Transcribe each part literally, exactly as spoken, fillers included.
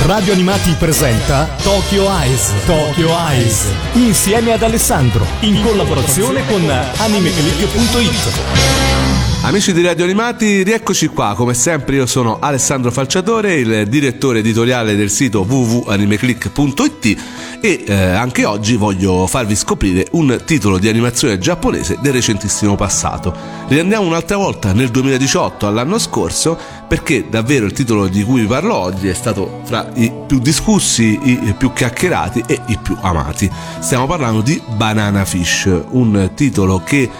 Radio Animati presenta Tokyo Eyes. Tokyo Eyes. Insieme ad Alessandro, in collaborazione con animeclick punto it. Amici di Radio Animati, rieccoci qua. Come sempre io sono Alessandro Falciatore, il direttore editoriale del sito w w w punto animeclick punto it e eh, anche oggi voglio farvi scoprire un titolo di animazione giapponese del recentissimo passato. Riandiamo un'altra volta nel duemiladiciotto, all'anno scorso, perché davvero il titolo di cui vi parlo oggi è stato fra i più discussi, i più chiacchierati e i più amati. Stiamo parlando di Banana Fish, un titolo che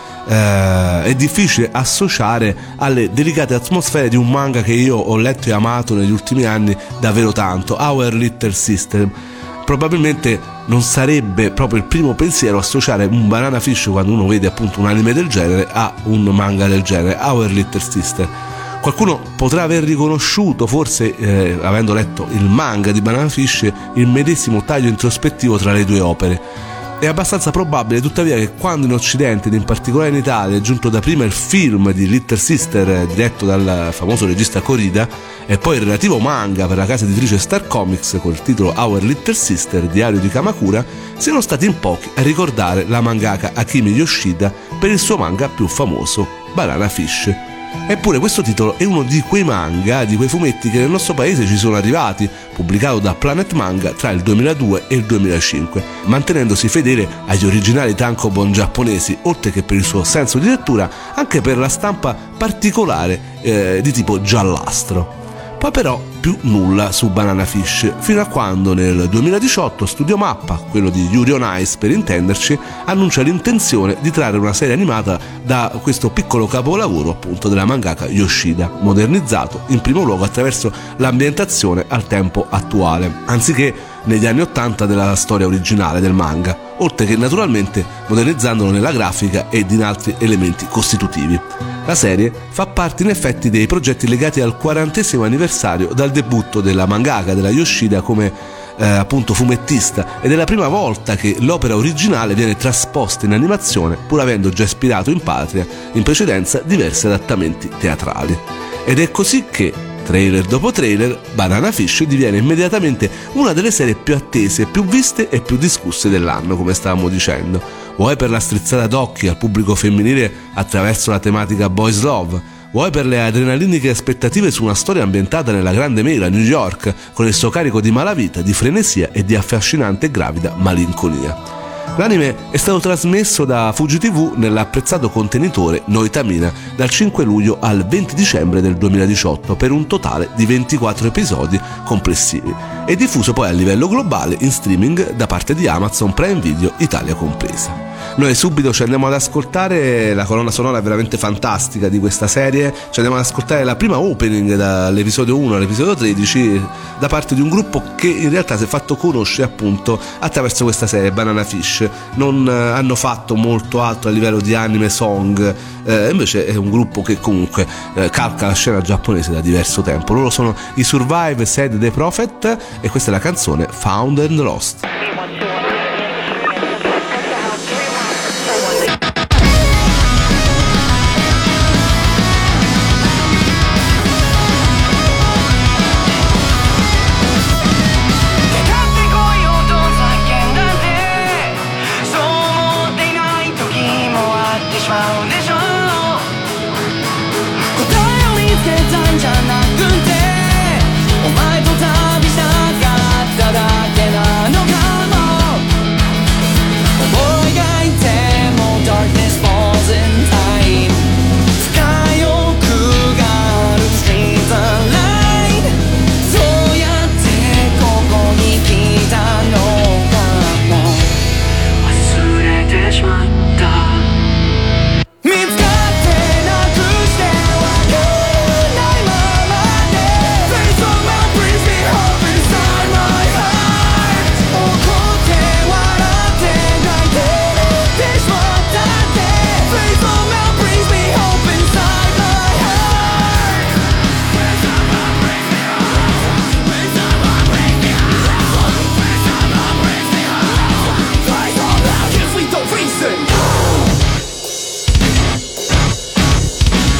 Uh, è difficile associare alle delicate atmosfere di un manga che io ho letto e amato negli ultimi anni davvero tanto, Our Little Sister. Probabilmente non sarebbe proprio il primo pensiero associare un Banana Fish, quando uno vede appunto un anime del genere, a un manga del genere, Our Little Sister. Qualcuno potrà aver riconosciuto, forse eh, avendo letto il manga di Banana Fish, il medesimo taglio introspettivo tra le due opere. È abbastanza probabile tuttavia che quando in Occidente ed in particolare in Italia è giunto da prima il film di Little Sister diretto dal famoso regista Korida e poi il relativo manga per la casa editrice Star Comics col titolo Our Little Sister, diario di Kamakura, siano stati in pochi a ricordare la mangaka Akimi Yoshida per il suo manga più famoso, Banana Fish. Eppure questo titolo è uno di quei manga, di quei fumetti che nel nostro paese ci sono arrivati, pubblicato da Planet Manga tra il duemiladue e il duemilacinque, mantenendosi fedele agli originali tankobon giapponesi, oltre che per il suo senso di lettura, anche per la stampa particolare eh, di tipo giallastro. Poi però più nulla su Banana Fish, fino a quando nel duemiladiciotto Studio Mappa, quello di Yuri on Ice per intenderci, annuncia l'intenzione di trarre una serie animata da questo piccolo capolavoro appunto della mangaka Yoshida, modernizzato in primo luogo attraverso l'ambientazione al tempo attuale, anziché negli anni ottanta della storia originale del manga, oltre che naturalmente modernizzandolo nella grafica ed in altri elementi costitutivi. La serie fa parte in effetti dei progetti legati al quarantesimo anniversario dal debutto della mangaka della Yoshida come eh, appunto fumettista, ed è la prima volta che l'opera originale viene trasposta in animazione, pur avendo già ispirato in patria in precedenza diversi adattamenti teatrali. Ed è così che, trailer dopo trailer, Banana Fish diviene immediatamente una delle serie più attese, più viste e più discusse dell'anno, come stavamo dicendo. Vuoi per la strizzata d'occhi al pubblico femminile attraverso la tematica Boys Love, vuoi per le adrenaliniche aspettative su una storia ambientata nella grande mela, New York, con il suo carico di malavita, di frenesia e di affascinante e gravida malinconia. L'anime è stato trasmesso da Fuji tivù nell'apprezzato contenitore Noitamina dal cinque luglio al venti dicembre del duemiladiciotto per un totale di ventiquattro episodi complessivi e diffuso poi a livello globale in streaming da parte di Amazon Prime Video, Italia compresa. Noi subito ci andiamo ad ascoltare la colonna sonora veramente fantastica di questa serie, ci andiamo ad ascoltare la prima opening dall'episodio uno all'episodio tredici da parte di un gruppo che in realtà si è fatto conoscere appunto attraverso questa serie, Banana Fish. Non eh, hanno fatto molto altro a livello di anime song, eh, invece è un gruppo che comunque eh, calca la scena giapponese da diverso tempo. Loro sono i Survive Said the Prophet e questa è la canzone Found and Lost.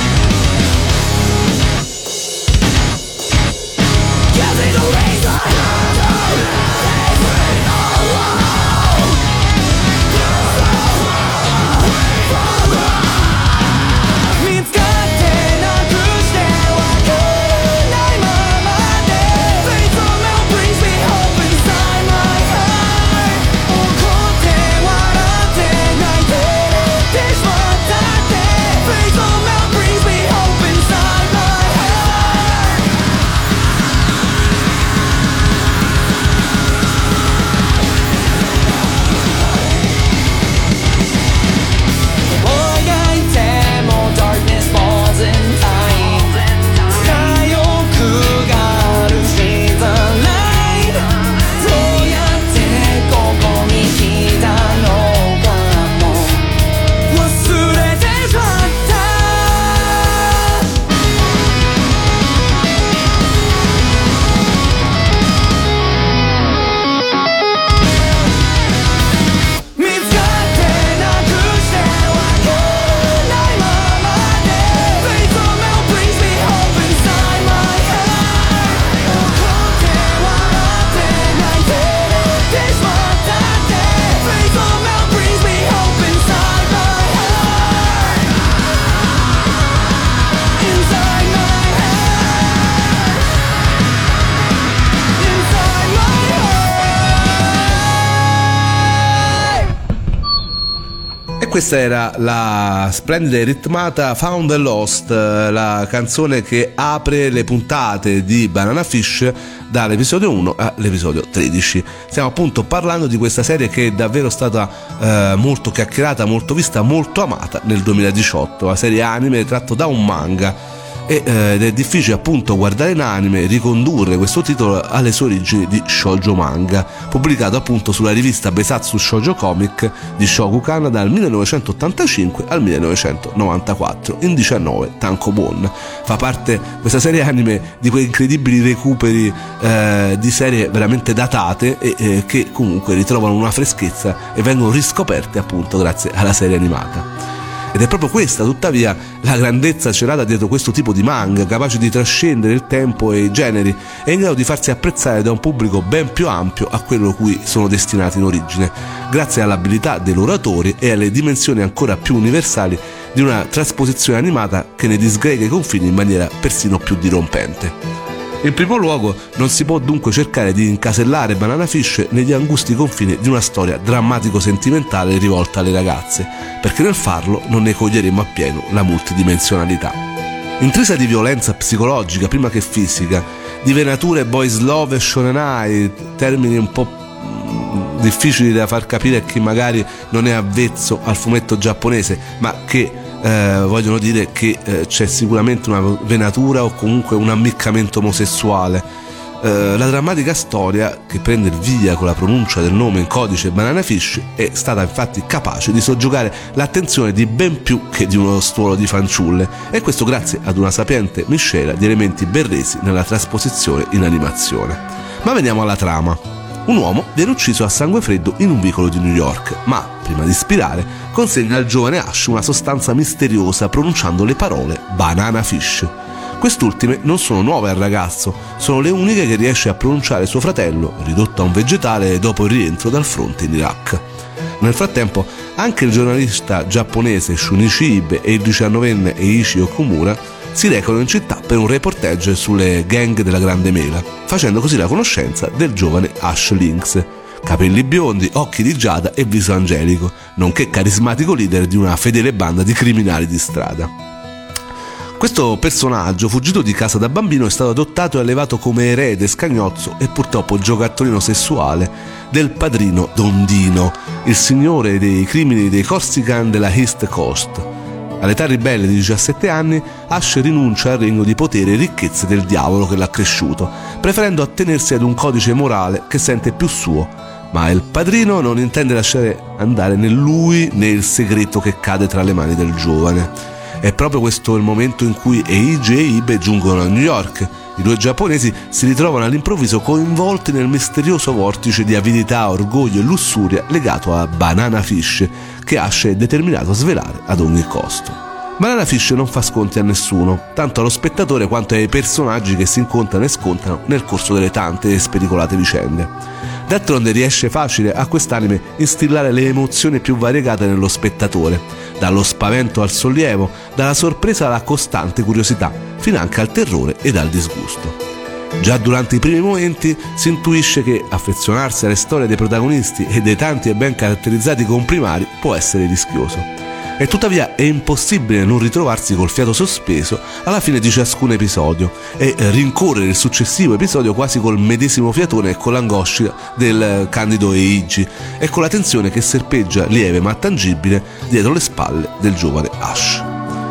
Give me the reason. Questa era la splendida e ritmata Found and Lost, la canzone che apre le puntate di Banana Fish dall'episodio uno all'episodio tredici. Stiamo appunto parlando di questa serie che è davvero stata eh, molto chiacchierata, molto vista, molto amata nel duemiladiciotto, la serie anime tratto da un manga. E, eh, ed è difficile appunto guardare in anime, ricondurre questo titolo alle sue origini di shoujo manga, pubblicato appunto sulla rivista Besatsu Shoujo Comic di Shokukan dal millenovecentottantacinque al millenovecentonovantaquattro in diciannove tankobon. Fa parte questa serie anime di quei incredibili recuperi eh, di serie veramente datate e eh, che comunque ritrovano una freschezza e vengono riscoperte appunto grazie alla serie animata. Ed è proprio questa, tuttavia, la grandezza celata dietro questo tipo di manga, capace di trascendere il tempo e i generi e in grado di farsi apprezzare da un pubblico ben più ampio a quello a cui sono destinati in origine, grazie all'abilità dei loro autori e alle dimensioni ancora più universali di una trasposizione animata che ne disgrega i confini in maniera persino più dirompente. In primo luogo, non si può dunque cercare di incasellare Banana Fish negli angusti confini di una storia drammatico-sentimentale rivolta alle ragazze, perché nel farlo non ne coglieremo appieno la multidimensionalità. Intrisa di violenza psicologica prima che fisica, di venature boys love e shonenai, termini un po' difficili da far capire a chi magari non è avvezzo al fumetto giapponese, ma che Eh, vogliono dire che eh, c'è sicuramente una venatura o comunque un ammiccamento omosessuale. Eh, la drammatica storia, che prende il via con la pronuncia del nome in codice Banana Fish, è stata infatti capace di soggiogare l'attenzione di ben più che di uno stuolo di fanciulle, e questo grazie ad una sapiente miscela di elementi berresi nella trasposizione in animazione. Ma veniamo alla trama. Un uomo viene ucciso a sangue freddo in un vicolo di New York, ma prima di spirare consegna al giovane Ash una sostanza misteriosa pronunciando le parole Banana Fish. Quest'ultime non sono nuove al ragazzo, sono le uniche che riesce a pronunciare suo fratello, ridotto a un vegetale dopo il rientro dal fronte in Iraq. Nel frattempo, anche il giornalista giapponese Shunichi Ibe e il diciannovenne Eiichi Okumura si recano in città per un reportage sulle gang della Grande Mela, facendo così la conoscenza del giovane Ash Lynx, capelli biondi, occhi di giada e viso angelico, nonché carismatico leader di una fedele banda di criminali di strada. Questo personaggio, fuggito di casa da bambino, è stato adottato e allevato come erede, scagnozzo e purtroppo giocattolino sessuale del padrino Dondino, il signore dei crimini dei Corsican della East Coast. All'età ribelle di diciassette anni, Ash rinuncia al regno di potere e ricchezze del diavolo che l'ha cresciuto, preferendo attenersi ad un codice morale che sente più suo, ma il padrino non intende lasciare andare né lui né il segreto che cade tra le mani del giovane. È proprio questo il momento in cui Eiji e Ibe giungono a New York. I due giapponesi si ritrovano all'improvviso coinvolti nel misterioso vortice di avidità, orgoglio e lussuria legato a Banana Fish, che Ash è determinato a svelare ad ogni costo. Banana Fish non fa sconti a nessuno, tanto allo spettatore quanto ai personaggi che si incontrano e scontrano nel corso delle tante e spericolate vicende. D'altronde riesce facile a quest'anime instillare le emozioni più variegate nello spettatore, dallo spavento al sollievo, dalla sorpresa alla costante curiosità, fino anche al terrore ed al disgusto. Già durante i primi momenti si intuisce che affezionarsi alle storie dei protagonisti e dei tanti e ben caratterizzati comprimari può essere rischioso. E tuttavia è impossibile non ritrovarsi col fiato sospeso alla fine di ciascun episodio e rincorrere il successivo episodio quasi col medesimo fiatone e con l'angoscia del candido Eiji e con la tensione che serpeggia lieve ma tangibile dietro le spalle del giovane Ash.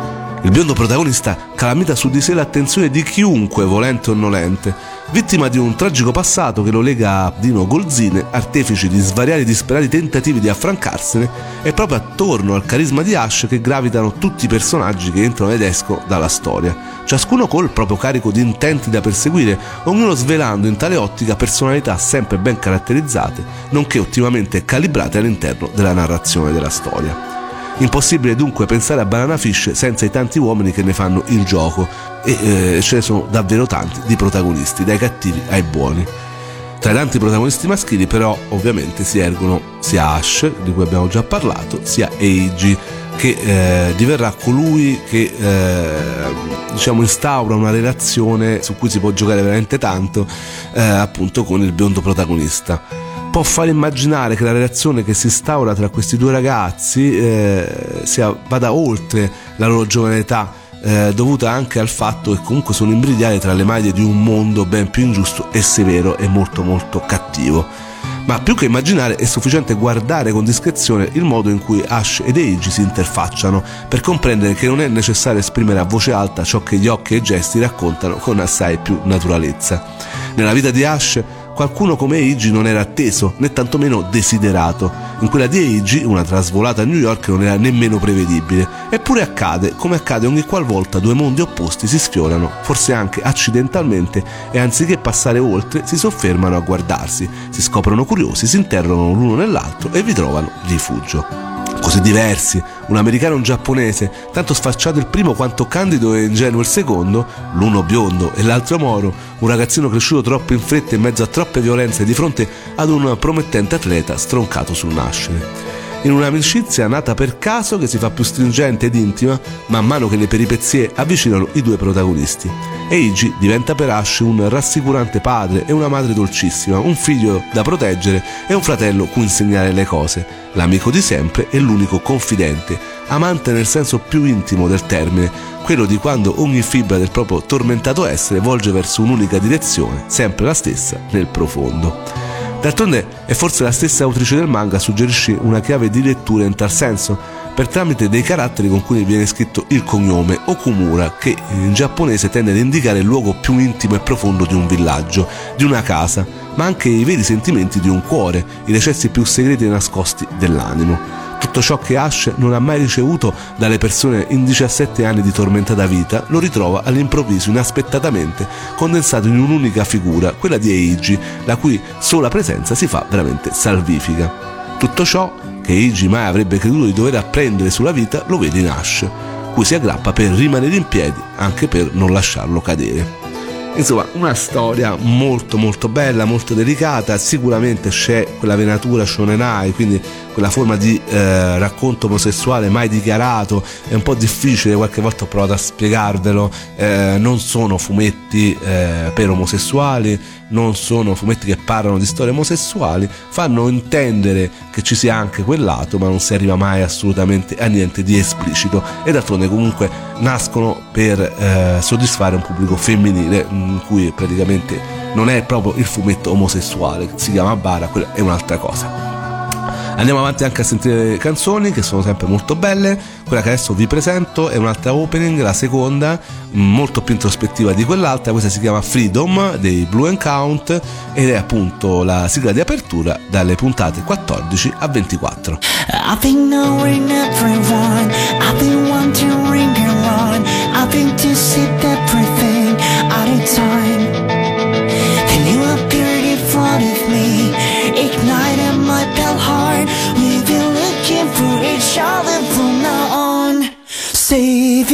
Il biondo protagonista calamita su di sé l'attenzione di chiunque, volente o nolente, vittima di un tragico passato che lo lega a Dino Golzine, artefice di svariati disperati tentativi di affrancarsene, e proprio attorno al carisma di Ash che gravitano tutti i personaggi che entrano ed escono dalla storia, ciascuno col proprio carico di intenti da perseguire, ognuno svelando in tale ottica personalità sempre ben caratterizzate, nonché ottimamente calibrate all'interno della narrazione della storia. Impossibile dunque pensare a Banana Fish senza i tanti uomini che ne fanno il gioco, e eh, ce ne sono davvero tanti di protagonisti, dai cattivi ai buoni. Tra i tanti protagonisti maschili però ovviamente si ergono sia Ash, di cui abbiamo già parlato, sia Eiji, che eh, diverrà colui che eh, diciamo instaura una relazione su cui si può giocare veramente tanto, eh, appunto con il biondo protagonista. Può far immaginare che la relazione che si instaura tra questi due ragazzi eh, sia, vada oltre la loro giovane età, eh, dovuta anche al fatto che comunque sono imbrigliati tra le maglie di un mondo ben più ingiusto e severo e molto molto cattivo. Ma più che immaginare è sufficiente guardare con discrezione il modo in cui Ash ed Eiji si interfacciano per comprendere che non è necessario esprimere a voce alta ciò che gli occhi e i gesti raccontano con assai più naturalezza. Nella vita di Ash qualcuno come Eiji non era atteso, né tantomeno desiderato. In quella di Eiji una trasvolata a New York non era nemmeno prevedibile. Eppure accade, come accade ogni qualvolta due mondi opposti si sfiorano, forse anche accidentalmente, e anziché passare oltre si soffermano a guardarsi, si scoprono curiosi, si interrogano l'uno nell'altro e vi trovano rifugio. Così diversi, un americano e un giapponese, tanto sfacciato il primo quanto candido e ingenuo il secondo, l'uno biondo e l'altro moro, un ragazzino cresciuto troppo in fretta in mezzo a troppe violenze di fronte ad un promettente atleta stroncato sul nascere. In un'amicizia nata per caso che si fa più stringente ed intima man mano che le peripezie avvicinano i due protagonisti. Eiji diventa per Ash un rassicurante padre e una madre dolcissima, un figlio da proteggere e un fratello cui insegnare le cose, l'amico di sempre e l'unico confidente, amante nel senso più intimo del termine, quello di quando ogni fibra del proprio tormentato essere volge verso un'unica direzione, sempre la stessa, nel profondo. D'altronde è forse la stessa autrice del manga a suggerirci una chiave di lettura in tal senso, per tramite dei caratteri con cui viene scritto il cognome Okumura, che in giapponese tende ad indicare il luogo più intimo e profondo di un villaggio, di una casa, ma anche i veri sentimenti di un cuore, i recessi più segreti e nascosti dell'animo. Tutto ciò che Ash non ha mai ricevuto dalle persone in diciassette anni di tormentata vita lo ritrova all'improvviso, inaspettatamente, condensato in un'unica figura, quella di Eiji, la cui sola presenza si fa veramente salvifica. Tutto ciò che Eiji mai avrebbe creduto di dover apprendere sulla vita lo vede in Ash, cui si aggrappa per rimanere in piedi, anche per non lasciarlo cadere. Insomma, una storia molto molto bella, molto delicata. Sicuramente c'è quella venatura shonenai, quindi quella forma di eh, racconto omosessuale mai dichiarato. È un po' difficile, qualche volta ho provato a spiegarvelo. Eh, non sono fumetti eh, per omosessuali, non sono fumetti che parlano di storie omosessuali, fanno intendere che ci sia anche quel lato, ma non si arriva mai assolutamente a niente di esplicito, e d'altronde comunque nascono per eh, soddisfare un pubblico femminile, in cui praticamente non è proprio il fumetto omosessuale, si chiama bara, quella è un'altra cosa. Andiamo avanti anche a sentire canzoni che sono sempre molto belle. Quella che adesso vi presento è un'altra opening, la seconda, molto più introspettiva di quell'altra. Questa si chiama Freedom dei Blue and Count ed è appunto la sigla di apertura dalle puntate quattordici a ventiquattro. I've been knowing everyone, I've been wondering around, I've been to see everything at a time. Then you appeared in front of me, ignited my pale heart. We've been looking for each other from now on. Save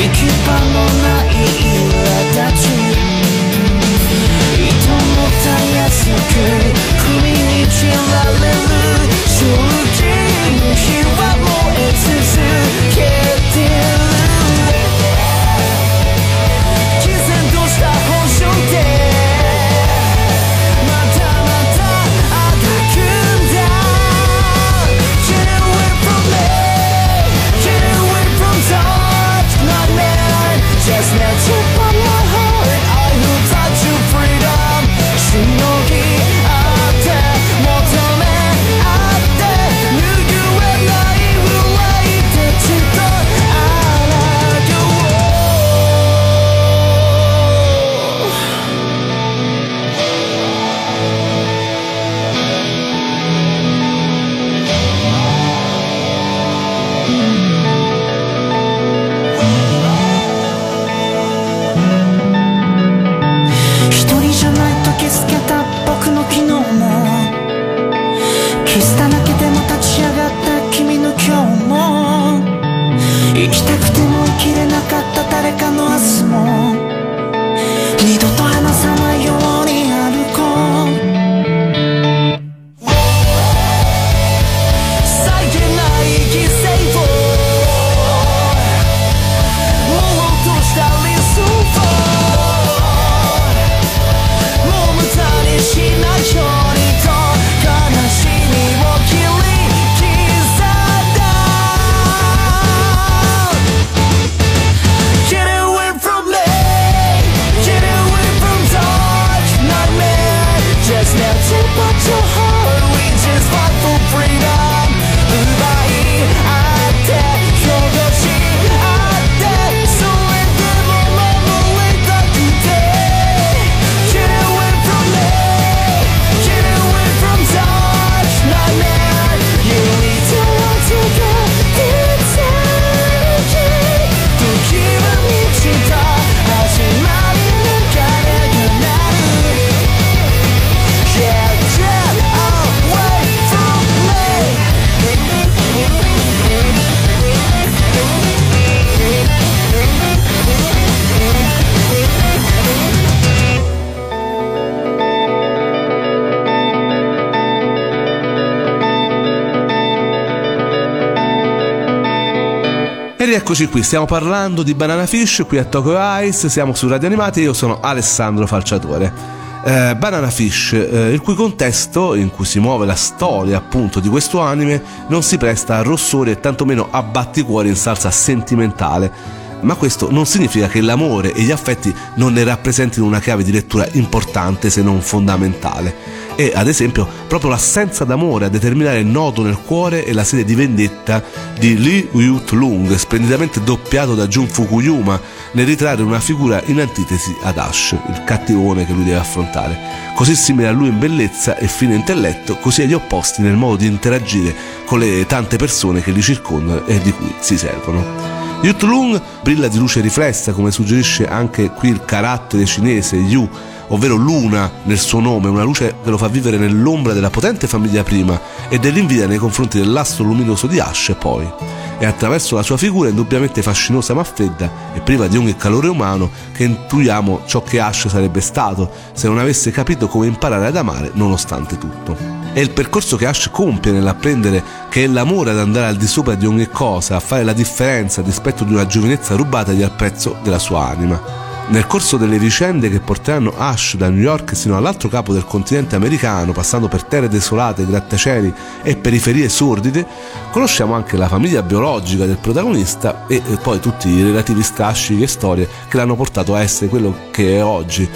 Eccoci qui, stiamo parlando di Banana Fish qui a Tokyo Ice, siamo su Radio Animati e io sono Alessandro Falciatore. Eh, Banana Fish, eh, il cui contesto in cui si muove la storia appunto di questo anime non si presta a rossori e tantomeno a batticuori in salsa sentimentale, ma questo non significa che l'amore e gli affetti non ne rappresentino una chiave di lettura importante se non fondamentale. E ad esempio proprio l'assenza d'amore a determinare il nodo nel cuore e la sete di vendetta di Lee Hyut-lung, splendidamente doppiato da Jun Fukuyama, nel ritrarre una figura in antitesi ad Ash, il cattivone che lui deve affrontare, così simile a lui in bellezza e fine intelletto, così agli opposti nel modo di interagire con le tante persone che li circondano e di cui si servono. Hyut-lung brilla di luce riflessa, come suggerisce anche qui il carattere cinese Yu, ovvero luna nel suo nome, una luce che lo fa vivere nell'ombra della potente famiglia prima e dell'invidia nei confronti dell'astro luminoso di Ash poi. E attraverso la sua figura indubbiamente fascinosa ma fredda e priva di ogni calore umano che intuiamo ciò che Ash sarebbe stato se non avesse capito come imparare ad amare nonostante tutto. È il percorso che Ash compie nell'apprendere che è l'amore ad andare al di sopra di ogni cosa, a fare la differenza a dispetto di una giovinezza rubatagli al prezzo della sua anima. Nel corso delle vicende che porteranno Ash da New York sino all'altro capo del continente americano, passando per terre desolate, grattacieli e periferie sordide, conosciamo anche la famiglia biologica del protagonista e poi tutti i relativi strascichi e storie che l'hanno portato a essere quello che è oggi,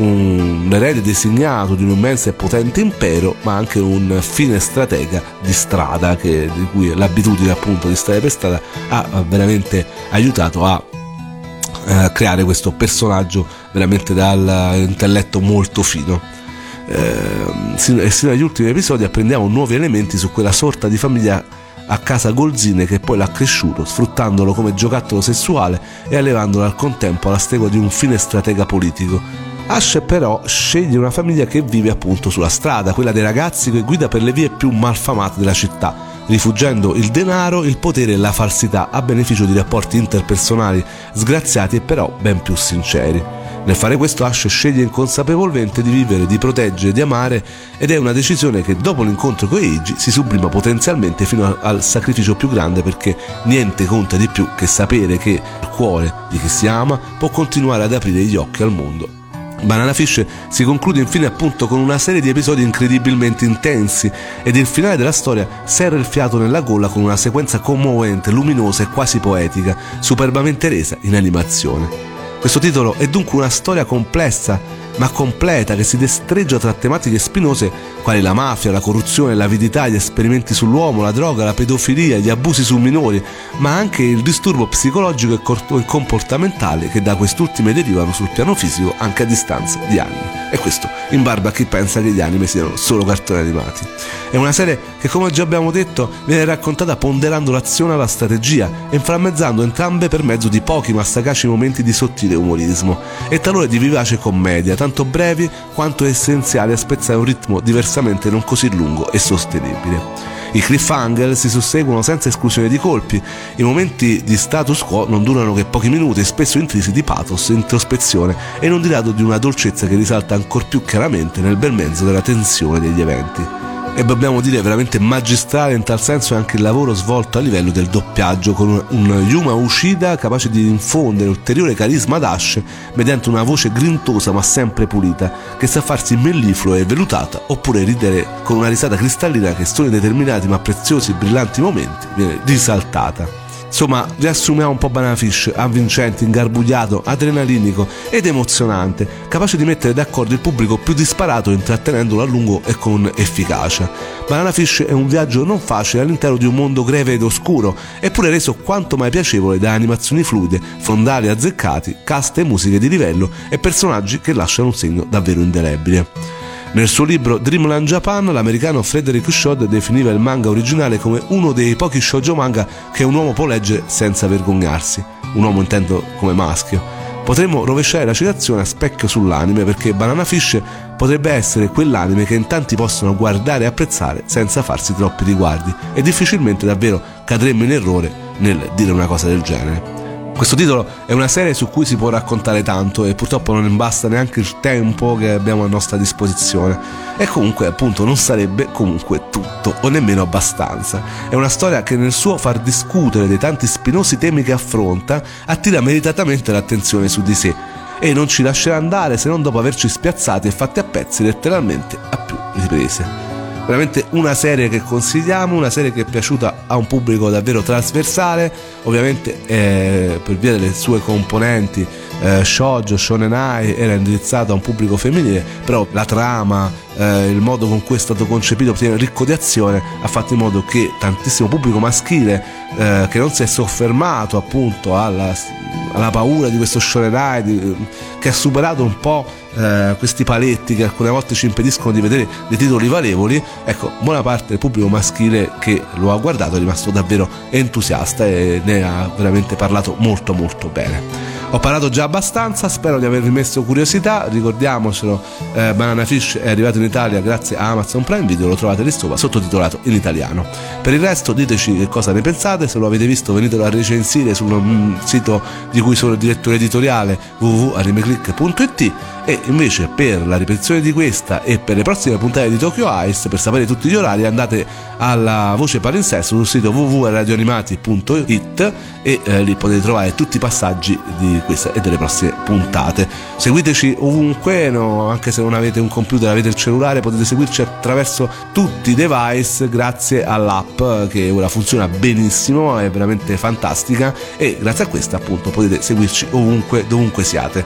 un erede designato di un immenso e potente impero, ma anche un fine stratega di strada, che, di cui l'abitudine appunto di stare per strada ha veramente aiutato a Eh, creare questo personaggio veramente dal intelletto molto fino. Eh, sino, e sino agli ultimi episodi apprendiamo nuovi elementi su quella sorta di famiglia a casa Golzine che poi l'ha cresciuto, sfruttandolo come giocattolo sessuale e allevandolo al contempo alla stregua di un fine stratega politico. Ash però sceglie una famiglia che vive appunto sulla strada, quella dei ragazzi che guida per le vie più malfamate della città, rifuggendo il denaro, il potere e la falsità a beneficio di rapporti interpersonali sgraziati e però ben più sinceri. Nel fare questo Ash sceglie inconsapevolmente di vivere, di proteggere, di amare, ed è una decisione che dopo l'incontro con Eiji si sublima potenzialmente fino al sacrificio più grande, perché niente conta di più che sapere che il cuore di chi si ama può continuare ad aprire gli occhi al mondo. Banana Fish si conclude infine appunto con una serie di episodi incredibilmente intensi, ed il finale della storia serra il fiato nella gola con una sequenza commovente, luminosa e quasi poetica, superbamente resa in animazione. Questo titolo è dunque una storia complessa ma completa, che si destreggia tra tematiche spinose quali la mafia, la corruzione, l'avidità, gli esperimenti sull'uomo, la droga, la pedofilia, gli abusi su minori, ma anche il disturbo psicologico e comportamentale che da quest'ultime derivano sul piano fisico anche a distanza di anni. E questo in barba a chi pensa che gli anime siano solo cartoni animati. È una serie che, come già abbiamo detto, viene raccontata ponderando l'azione alla strategia e inframmezzando entrambe per mezzo di pochi ma sagaci momenti di sottile umorismo e talore di vivace commedia, tanto brevi quanto essenziali a spezzare un ritmo diversamente non così lungo e sostenibile. I cliffhanger si susseguono senza esclusione di colpi, i momenti di status quo non durano che pochi minuti, spesso intrisi di pathos, introspezione e non di lato di una dolcezza che risalta ancor più chiaramente nel bel mezzo della tensione degli eventi. E dobbiamo dire veramente magistrale in tal senso è anche il lavoro svolto a livello del doppiaggio, con un Yuma Ushida capace di infondere ulteriore carisma ad Ash mediante una voce grintosa ma sempre pulita, che sa farsi mellifluo e velutata, oppure ridere con una risata cristallina che solo in determinati ma preziosi e brillanti momenti viene risaltata. Insomma, riassumiamo un po' Banana Fish: avvincente, ingarbugliato, adrenalinico ed emozionante, capace di mettere d'accordo il pubblico più disparato, intrattenendolo a lungo e con efficacia. Banana Fish è un viaggio non facile all'interno di un mondo greve ed oscuro, eppure reso quanto mai piacevole da animazioni fluide, fondali azzeccati, cast e musiche di livello e personaggi che lasciano un segno davvero indelebile. Nel suo libro Dreamland Japan, l'americano Frederick Shod definiva il manga originale come uno dei pochi shoujo manga che un uomo può leggere senza vergognarsi. Un uomo intendo come maschio. Potremmo rovesciare la citazione a specchio sull'anime, perché Banana Fish potrebbe essere quell'anime che in tanti possono guardare e apprezzare senza farsi troppi riguardi, e difficilmente davvero cadremmo in errore nel dire una cosa del genere. Questo titolo è una serie su cui si può raccontare tanto e purtroppo non basta neanche il tempo che abbiamo a nostra disposizione, e comunque appunto non sarebbe comunque tutto o nemmeno abbastanza. È una storia che nel suo far discutere dei tanti spinosi temi che affronta attira meritatamente l'attenzione su di sé e non ci lascerà andare se non dopo averci spiazzati e fatti a pezzi letteralmente a più riprese. Veramente una serie che consigliamo, una serie che è piaciuta a un pubblico davvero trasversale, ovviamente eh, per via delle sue componenti eh, shoujo, shonenai, era indirizzata a un pubblico femminile, però la trama, eh, il modo con cui è stato concepito, ricco di azione, ha fatto in modo che tantissimo pubblico maschile eh, che non si è soffermato appunto alla, alla paura di questo shonenai, di, che ha superato un po' Eh, questi paletti che alcune volte ci impediscono di vedere dei titoli valevoli, ecco, buona parte del pubblico maschile che lo ha guardato è rimasto davvero entusiasta e ne ha veramente parlato molto molto bene. Ho parlato già abbastanza, spero di avervi messo curiosità. Ricordiamocelo, eh, Banana Fish è arrivato in Italia grazie a Amazon Prime Video, lo trovate lì sopra sottotitolato in italiano. Per il resto diteci che cosa ne pensate, se lo avete visto venitelo a recensire sul mm, sito di cui sono il direttore editoriale w w w punto animeclick punto i t, e invece per la ripetizione di questa e per le prossime puntate di Tokyo Ice, per sapere tutti gli orari, andate alla voce palinsesto sul sito w w w punto radioanimati punto i t e eh, lì potete trovare tutti i passaggi di questa e delle prossime puntate. Seguiteci ovunque, no? Anche se non avete un computer, avete il cellulare, potete seguirci attraverso tutti i device grazie all'app che ora funziona benissimo, è veramente fantastica, e grazie a questa appunto potete seguirci ovunque, dovunque siate.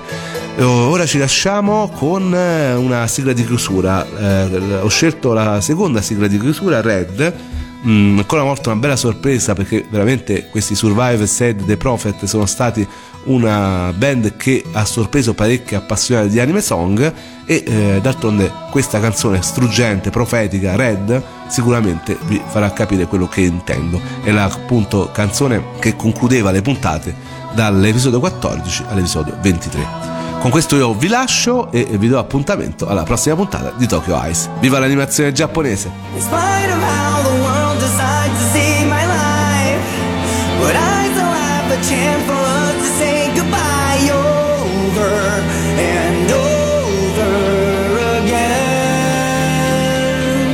Ora ci lasciamo con una sigla di chiusura. Eh, ho scelto la seconda sigla di chiusura, Red. Mm, ancora una volta una bella sorpresa, perché veramente questi Survive Said The Prophet sono stati una band che ha sorpreso parecchi appassionati di anime song, e eh, d'altronde questa canzone struggente, profetica, Red, sicuramente vi farà capire quello che intendo. È la appunto canzone che concludeva le puntate dall'episodio quattordici all'episodio ventitré. Con questo io vi lascio e vi do appuntamento alla prossima puntata di Tokyo Ice. Viva l'animazione giapponese! In spite of how the world decides to see chance for us to say goodbye over and over again.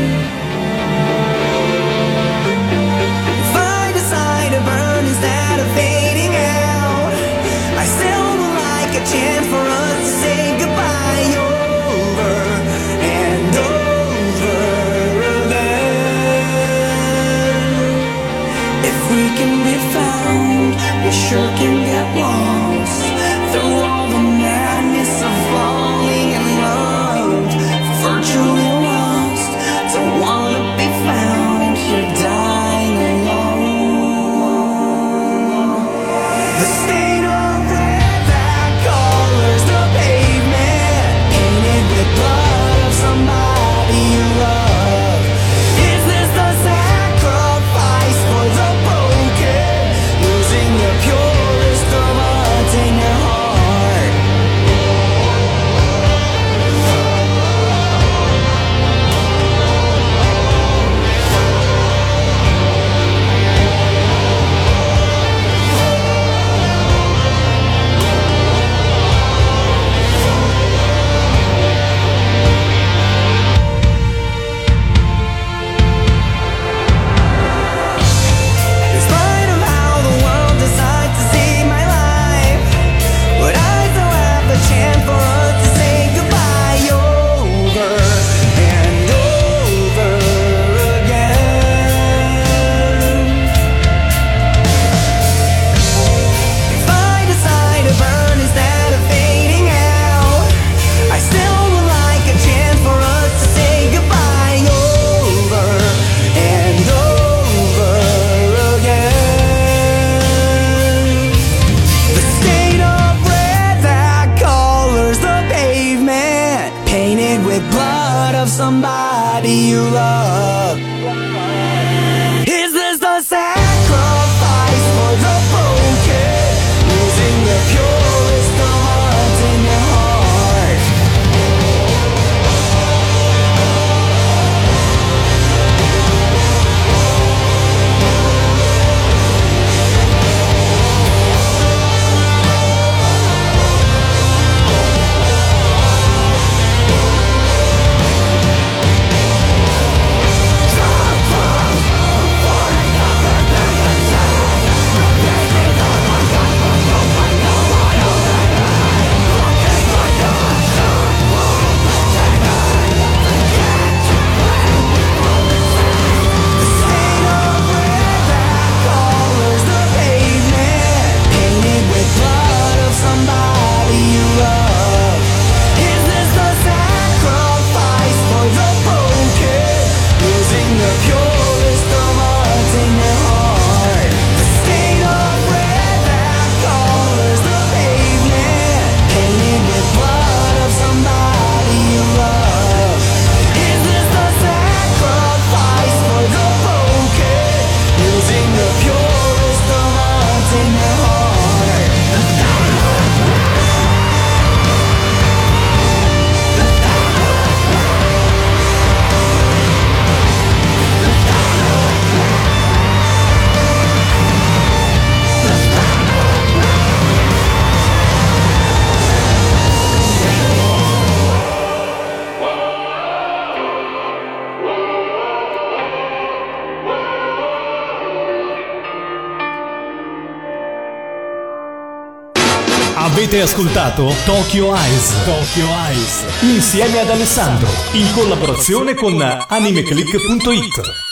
If I decide to burn instead of fading out, I still would like a chance for us to say goodbye over and over again. If we can be found, we sure can get lost through all the madness of falling in love. Virtually lost, don't wanna be found here dying alone. The state of red that colors the pavement, painted with blood of somebody you love. Is this the sacrifice for the broken, losing the purest of hearts in your heart? In spite of how the world decides to see my life, would I still have the chance for us to say goodbye over and over again? If I decide to burn instead of fading out, I still would like a chance for us to say goodbye over and over again. The state of red that colors the pavement, painted with blood of somebody you love. Is this the sacrifice for the broken, losing the purest of hearts in your heart? Colors the pavement, painted with blood of somebody you love. Is this the sacrifice for the broken, losing the purest of hearts in your heart? The state of red that colors the pavement, painted with blood of somebody you love. Is this the sacrifice for the broken, losing the purest of hearts in your heart? Avete ascoltato Tokyo Eyes. Tokyo Eyes insieme ad Alessandro in collaborazione con animeclick punto it.